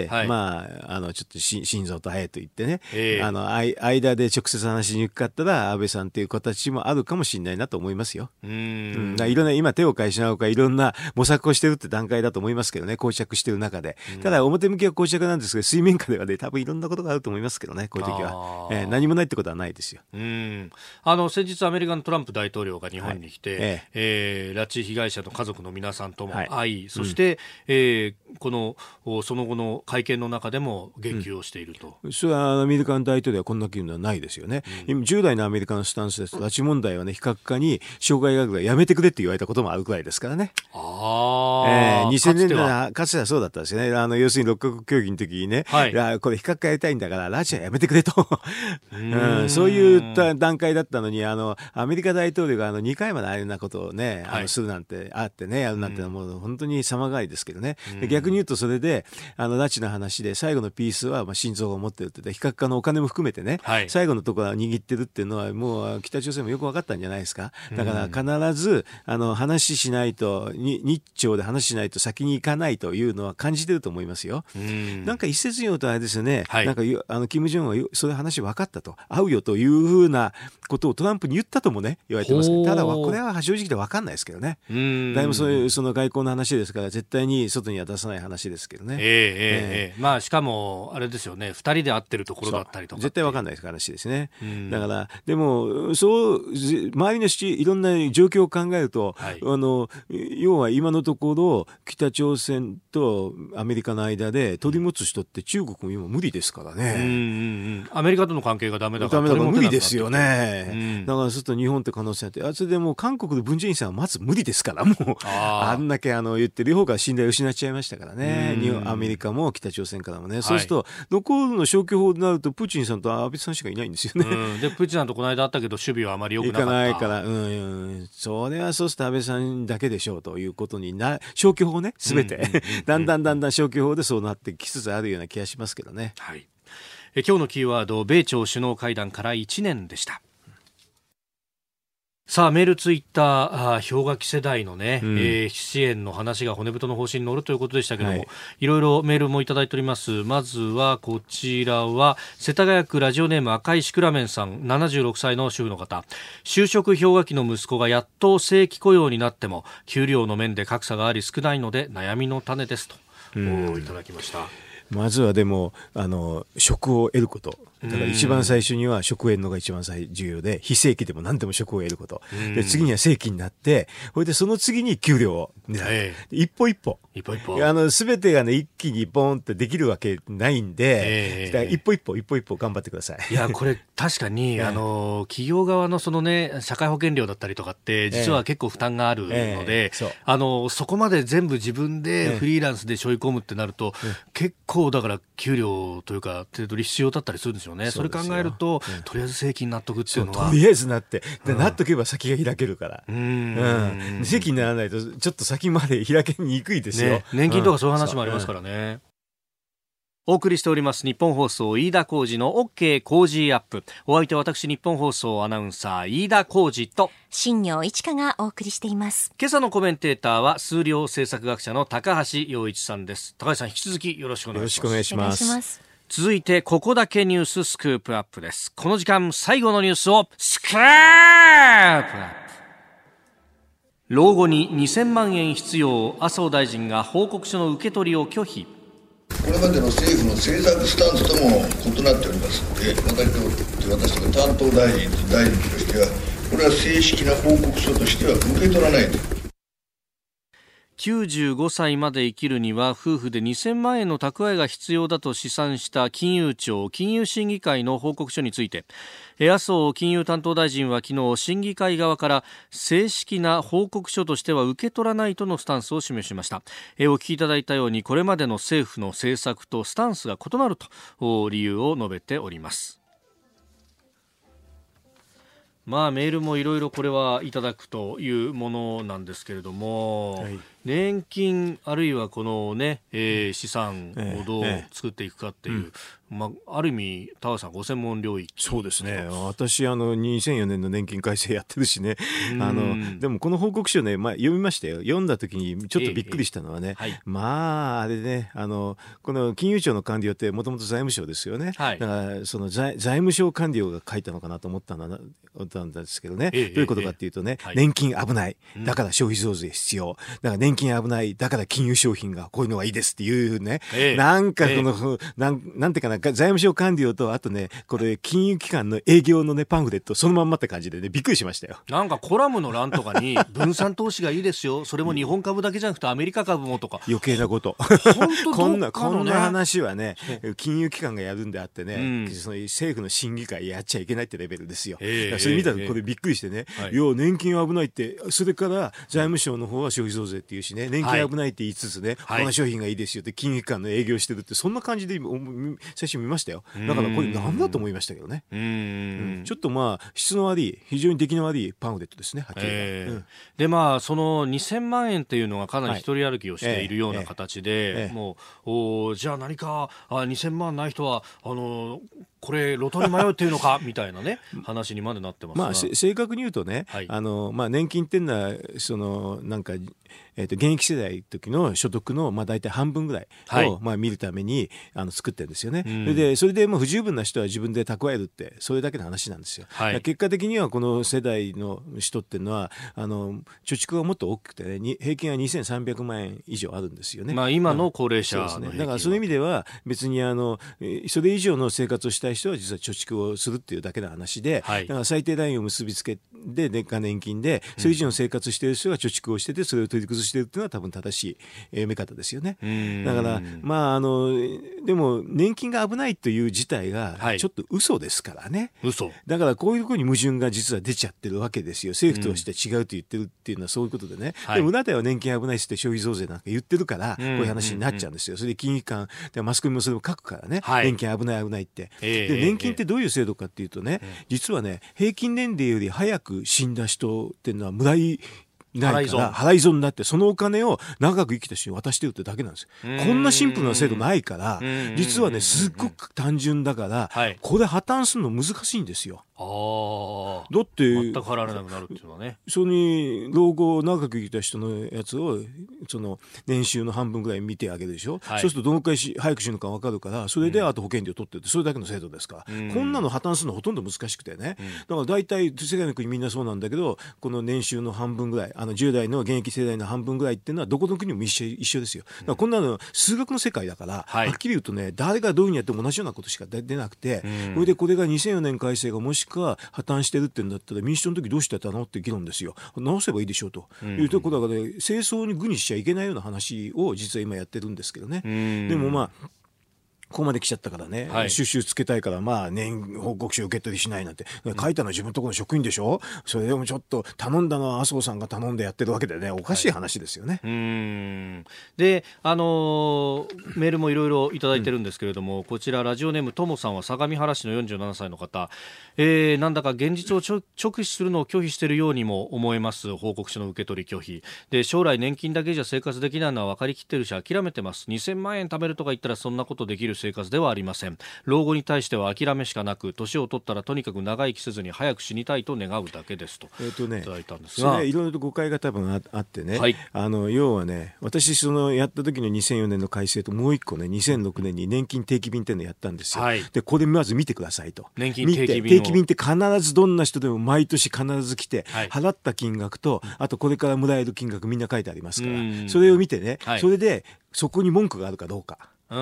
はい、まあ、あのちょっとし心臓とあえと言ってね、えーあの間で直接話しにくかったら安倍さんという形もあるかもしれないなと思いますよ。うーん、うん、だいろんな今手を変え品を変えいろんな模索をしてるって段階だと思いますけどね、膠着してる中で。ただ表向きは膠着なんですけど、水面下ではね多分いろんなことがあると思いますけどね、こういう時は、えー、何もないってことはないですよ。 うん、あの先日アメリカのトランプ大統領が日本に来て、はい、えーえー、拉致被害者の家族の皆さんとも会い、はい、そして、うん、えー、このその後の会見の中でも言及をしていると、 うん、それはアメリカの大統領はこんな気分はないですよね、うん、今従来のアメリカのスタンスですと、拉致問題はね非核化に障害があるからやめてくれって言われたこともあるくらいですからね。あ、えー、にせんねんだいはかつてはそうだったんですよね。あの要するにろっかこく協議の時にね、はい、いやこれ非核化やりたいんだから拉致はやめてくれとうん、そういった段階だったのに、あのアメリカ大統領があのにかいまでああいうようなことをね、はい、あのするなんてあってねやるなんてのはもう本当に様変わりですけどね。で逆に言うとそれであの拉致の話で最後のピースはまあ心臓を持ってるって言って非核化のお金も含めてね、はい、最後のところは握ってるっていうのはもう北朝鮮もよく分かったんじゃないですか。だから必ずあの話しないとに日朝で話しないと先に行かないというのは感じてると思いますよ。うんなんか一説によるとあれですよね、はい、なんかあのキム・ジョンウンはそういう話分かったと会うよというふうなことをトランプに言ったともね言われてますけど、ただこれは正直で分かんないですけどね。うんだいぶそういうその外交の話ですから絶対に外には出さない話ですけどね。えーえーえー、まあしかもあれですよね、ふたりで会ってるところだったりとか絶対分かんない話ですね。だからでもそう周りのいろんな状況を考えると、はい、あの要は今のところ北朝鮮とアメリカの間で取り持つ人って中国も今無理ですからね。うんうんうん、 アメリカとの関係がダメだからダメだから無理ですよね。うん、だからそうすると日本って可能性あって、あそれでもう韓国で文在寅さんはまず無理ですから、もう あ, あんだけあの言ってる方が信頼を失っちゃいましたからね。日本アメリカも北朝鮮からもね、はい、そうすると残るの消去法になるとプーチンさんと安倍さんしかいないんですよね。 うん、でプーチンさんとこの間あったけど守備はあまり良くなかった。いかないから、うんうん、それはそうすると安倍さんだけでしょうということにな消去法ね全て、うんうんうんうん、だんだんだんだん消去法でそうなってきつつあるような気がしますけどね。はい、 え今日のキーワード、米朝首脳会談からいちねんでした。さあメールツイッターあ氷河期世代のね、うんえー、支援の話が骨太の方針に乗るということでしたけども、はい、いろいろメールもいただいております。まずはこちらは世田谷区ラジオネーム赤いシクラメンさん、ななじゅうろくさいの主婦の方。就職氷河期の息子がやっと正規雇用になっても給料の面で格差があり少ないので悩みの種ですと、うん、いただきました。 まずはでもあの職を得ること、だから一番最初には職を得るのが一番重要で、非正規でも何でも職を得ること、で次には正規になって、それでその次に給料を狙う、えー、一歩一歩一歩一歩あの全てがね一気にボーンってできるわけないんで、えー、だから一歩一歩一歩一歩頑張ってください。 いやこれ確かに、えー、あの企業側のそのね社会保険料だったりとかって実は結構負担があるので、えーえー、そ, あのそこまで全部自分でフリーランスで背負い込むってなると、えー、結構だから給料というか手取り必要だったりするんですよね。それ考えると、うん、とりあえず正規になっとくっていうのはとりあえずなってで、うん、なっとけば先が開けるから、うんうん、正規にならないとちょっと先まで開けにくいですよ、 ね、年金とかそういう話もありますからね、うんうんお送りしております日本放送飯田浩司の OK 工事アップ。お相手は私日本放送アナウンサー飯田浩司と新業一華がお送りしています。 今朝のコメンテーターは数量政策学者の高橋洋一さんです。高橋さん、引き続きよろしくお願いします。 よろしくお願いします。 お願いします。 続いてここだけニューススクープアップです。この時間最後のニュースをスクープアップ。老後ににせんまんえん必要、麻生大臣が報告書の受け取りを拒否。 これまでの政府の政策スタンスとも異なっておりますので、私と私と担当大臣と大臣としては、これは正式な報告書としては受け取らないと。 きゅうじゅうごさいまで生きるには夫婦でにせんまんえんの蓄えが必要だと試算した金融庁金融審議会の報告書について、麻生金融担当大臣は昨日審議会側から正式な報告書としては受け取らないとのスタンスを示しました。えお聞きいただいたように、これまでの政府の政策とスタンスが異なると理由を述べております。まあメールもいろいろこれはいただくというものなんですけれども、はい、年金あるいはこのね、えー、資産をどう作っていくかっていう、ええええうんまあ、ある意味田川さんご専門領域。 そうですね。私あのにせんよねんの年金改正やってるしね。あのでもこの報告書ね、まあ、読みましたよ。読んだ時にちょっとびっくりしたのはね、ええはい、まああれね、あのこの金融庁の官僚ってもともと財務省ですよね、はい、だからその 財, 財務省官僚が書いたのかなと思ったの思ったんですけどね、ええ、どういうことかっていうとね、ええ、年金危ないだから消費増税必要、だから年金危ないだから金融商品がこういうのがいいですっていうね、ええ、なんかこの、ええ、なん、なんていうかな、財務省官僚とあとねこれ金融機関の営業のねパンフレットそのまんまって感じでねびっくりしましたよ。 なんかコラムの欄とかに分散投資がいいですよ、それも日本株だけじゃなくてアメリカ株もとか余計なこと本当こんなこんな話はね金融機関がやるんであってね、うん、その政府の審議会やっちゃいけないってレベルですよ、えー、それ見たらこれびっくりしてね、えー、いや年金危ないって、それから財務省の方は消費増税っていうしね、年金危ないって言いつつね、はい、この商品がいいですよって金融機関の営業してるって、そんな感じで最初見ましたよ。だからこれ何だと思いましたけどね。うーん、うん、ちょっとまあ質の悪い非常に出来の悪いパンフレットですね、はっきり言えば、うん、 でまあそのにせんまんえんっていうのがかなり一人歩きをしているような形で、はいえええ、もうおじゃあ何かあにせんまんない人はあのこれ路頭に迷うっていうのかみたいなね話にまでなってますが、 まあ、正確に言うとね、はい、あのまあ、年金っていうのはそのなんか、えー、と現役世代の時の所得のまあ大体半分ぐらいを、はい、まあ、見るためにあの作ってるんですよね、うん、それでそれでもう不十分な人は自分で蓄えるってそれだけの話なんですよ、はい、結果的にはこの世代の人っていうのはあの貯蓄がもっと大きくて、ね、平均はにせんさんびゃくまんえん以上あるんですよね、 まあ、今の高齢者の、 そうですね、だからそういう意味では別にあのそれ以上の生活をしたい人は実は貯蓄をするっていうだけの話で、はい、だから最低ラインを結びつけて年間年金でそれ以上の生活している人が貯蓄をしててそれを取り崩しているっていうのは多分正しい読み方ですよね。だからまああのでも年金が危ないという事態がちょっと嘘ですからね、 はい、嘘だからこういうところに矛盾が実は出ちゃってるわけですよ。政府として違うと言ってるっていうのはそういうことでね、はい、でも裏では年金危ないって消費増税なんか言ってるからこういう話になっちゃうんですよ。それで金融機関でマスコミもそれを書くからね、はい、年金危ない危ないって、えー、で年金ってどういう制度かっていうとね、えー、実はね平均年齢より早く死んだ人っていうのは無頼ないから払い損になってそのお金を長く生きた人に渡してるってだけなんですよ。こんなシンプルな制度ないから実はねすっごく単純だから、はい、これ破綻するの難しいんですよ。 あだって全く払われなくなるっていうのはね、 それに老後長く生きた人のやつをその年収の半分ぐらい見てあげるでしょ、はい、そうするとどのくらいし早く死ぬか分かるからそれであと保険料取ってってそれだけの制度ですから、うん、こんなの破綻するのほとんど難しくてね、うん、だから大体世界の国みんなそうなんだけどこの年収の半分ぐらいあのじゅう代の現役世代の半分ぐらいっていうのはどこの国も一緒、一緒ですよ。だからこんなの数学の世界だから、はい、はっきり言うとね誰がどういうふうにやっても同じようなことしか出なくて、うん、これでこれがにせんよねん改正がもしくは破綻してるってんだったら民主党の時どうしてたのって議論ですよ。直せばいいでしょうと、うん、いうところだから、ね、政争に具にしちゃいけないような話を実は今やってるんですけどね、うん、でもまあここまで来ちゃったからね、はい、収集つけたいからまあ年報告書受け取りしないなんて、うん、書いたのは自分のところの職員でしょ。それでもちょっと頼んだのは麻生さんが頼んでやってるわけでねおかしい話ですよね、 はい、うーんであのー、メールもいろいろいただいてるんですけれども、うん、こちらラジオネームともさんは相模原市のよんじゅうななさいの方、えー、なんだか現実を直視するのを拒否しているようにも思えます。報告書の受け取り拒否で将来年金だけじゃ生活できないのは分かりきってるし諦めてます。にせんまんえん貯めるとか言ったらそんなことできるし生活ではありません。老後に対しては諦めしかなく、年を取ったらとにかく長生きせずに早く死にたいと願うだけですと、 えーとね、 いただいたんですが、 それいろいろと誤解が多分 あ, あってね、 はい、 あの要はね、私そのやった時のにせんよねんの改正ともう一個ね、にせんろくねんに年金定期便っていうのをやったんですよ、はい、でこれまず見てくださいと。 年金定期便を、 定期便って必ずどんな人でも毎年必ず来て、はい、払った金額とあとこれからもらえる金額みんな書いてありますから、それを見てね、はい、それでそこに文句があるかどうか、 うん、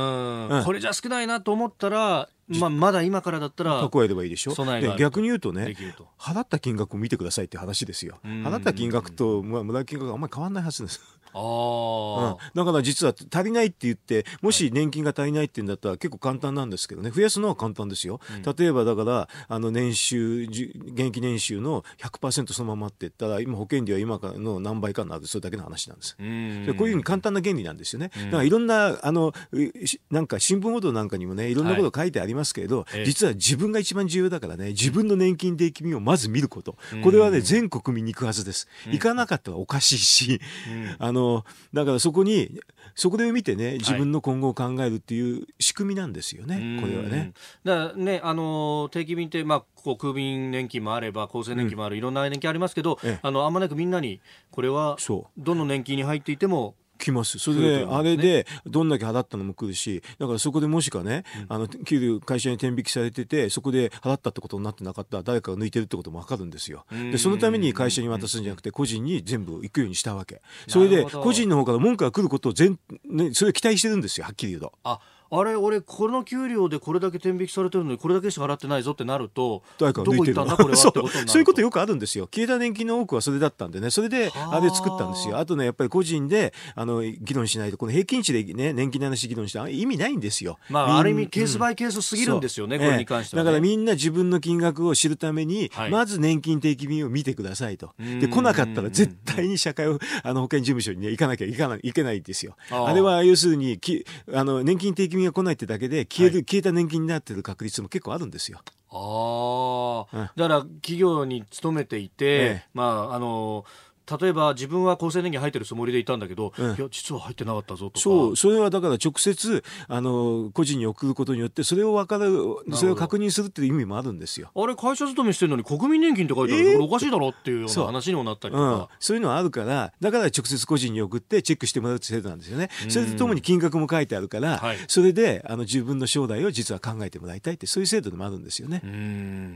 うん、これじゃ少ないなと思ったら、まあ、まだ今からだったら蓄えればいいでしょ。で逆に言うとね、払った金額を見てくださいって話ですよ。払った金額と、まあ、もらう金額があんまり変わらないはずです。あ、うん、だから実は足りないって言って、もし年金が足りないって言うんだったら結構簡単なんですけどね、増やすのは簡単ですよ、うん、例えばだからあの年収現役年収の ひゃくパーセント そのままって言ったら今保険料は今の何倍かになる、それだけの話なんです。うんでこういうふうに簡単な原理なんですよね、うん、だからいろんなあのなんか新聞報道なんかにもねいろんなこと書いてありますけれど、はい、実は自分が一番重要だからね、自分の年金定期便をまず見ること、これはね全国民に行くはずです。行かなかったらおかしいし、うん、あのだからそこにそこで見てね、自分の今後を考えるっていう仕組みなんですよね、はい、これはね。 だからね、あの定期便って、まあ、国民年金もあれば厚生年金もある、うん、いろんな年金ありますけど、ええ、あのあんまなくみんなにこれはどの年金に入っていても来ます。それで、あれでどんだけ払ったのも来るし、だからそこでもしかね、うん、あの給料会社に転引きされてて、そこで払ったってことになってなかったら誰かが抜いてるってことも分かるんですよ。でそのために会社に渡すんじゃなくて個人に全部行くようにしたわけ。それで個人の方から文句が来ることを全、ね、それを期待してるんですよ、はっきり言うと。 ああれ俺この給料でこれだけ転引きされてるのにこれだけしか払ってないぞってなると、 誰かどこ行ったんだこれはってことになるとそう、そういうことよくあるんですよ。消えた年金の多くはそれだったんでね、それであれ作ったんですよ。あとね、やっぱり個人であの議論しないと、この平均値で、ね、年金の話議論して意味ないんですよ。 まあ、ある意味ケースバイケースすぎるんですよね、うん、これに関しては、ね、 だからみんな自分の金額を知るために、はい、まず年金定期便を見てくださいと。で来なかったら絶対に社会をあの保険事務所に、ね、行かなきゃいけない、いけないんですよ。 あ, あれは要するにきあの年金定期便が来ないってだけで消える、はい、消えた年金になっている確率も結構あるんですよ。 あ、うん、だから企業に勤めていて、ええ、まああの例えば自分は厚生年金入ってるつもりでいたんだけど、うん、いや実は入ってなかったぞとか。 そう、それはだから直接あの個人に送ることによってそれを分かる、それを確認するっていう意味もあるんですよ。 あれ会社勤めしてるのに国民年金って書いてある、えー、おかしいだろっていうような話にもなったりとか、 うん、そういうのはあるから、だから直接個人に送ってチェックしてもらうって制度なんですよね。それとともに金額も書いてあるから、はい、それであの自分の将来を実は考えてもらいたいって、そういう制度でもあるんですよね。 うん、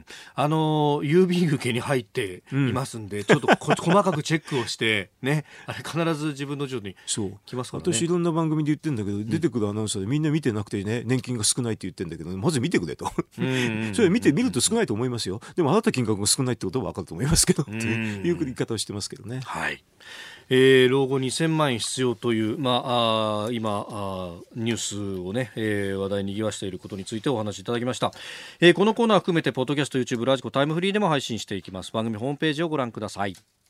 あの郵便受けに入っていますんで、うん、ちょっとこ細かくチェックをしてね、あれ必ず自分の住所に来ますからね。 私いろんな番組で言ってるんだけど、うん、出てくるアナウンサーでみんな見てなくてね、年金が少ないって言ってるんだけど、まず見てくれとそれ見て見ると少ないと思いますよ。でもあなた金額が少ないってことは分かると思いますけどっていう言い方をしてますけどね。 はい、えー、老後にせんまんえん必要という、まあ、あ今あニュースをね、えー、話題にぎわしていることについてお話しいただきました。えー、このコーナー含めてポッドキャスト、YouTube、ラジコ、タイムフリーでも配信していきます。番組ホームページをご覧ください。